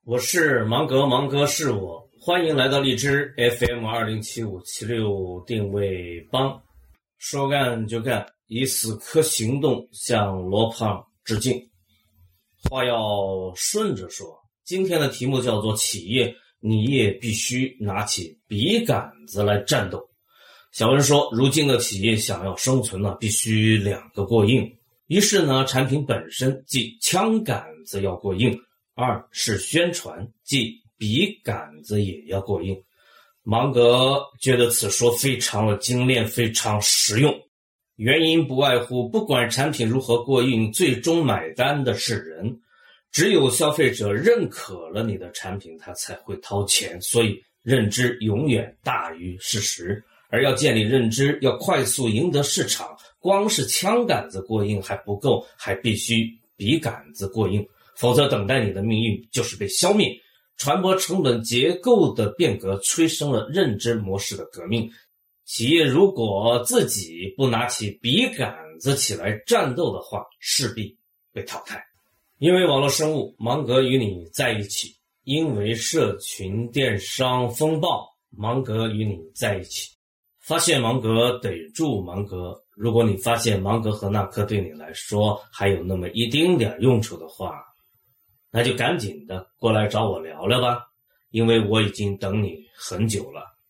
我是芒格，芒格是我，欢迎来到荔枝 FM207576定位帮，说干就干，以死磕行动向罗胖致敬。话要顺着说，今天的题目叫做企业，你也必须拿起笔杆子来战斗。小文说，如今的企业想要生存呢，必须两个过硬。一是呢，产品本身即枪杆子要过硬；二是宣传，即笔杆子也要过硬。芒格觉得此说非常的精炼，非常实用。原因不外乎，不管产品如何过硬，最终买单的是人。只有消费者认可了你的产品，他才会掏钱。所以认知永远大于事实。而要建立认知，要快速赢得市场，光是枪杆子过硬还不够，还必须笔杆子过硬，否则等待你的命运就是被消灭。传播成本结构的变革催生了认知模式的革命。企业如果自己不拿起笔杆子起来战斗的话，势必被淘汰。因为网络生物，芒格与你在一起；因为社群电商风暴，芒格与你在一起。发现芒格，逮住芒格。如果你发现芒格和纳克对你来说还有那么一丁点用处的话，那就赶紧的过来找我聊聊吧，因为我已经等你很久了。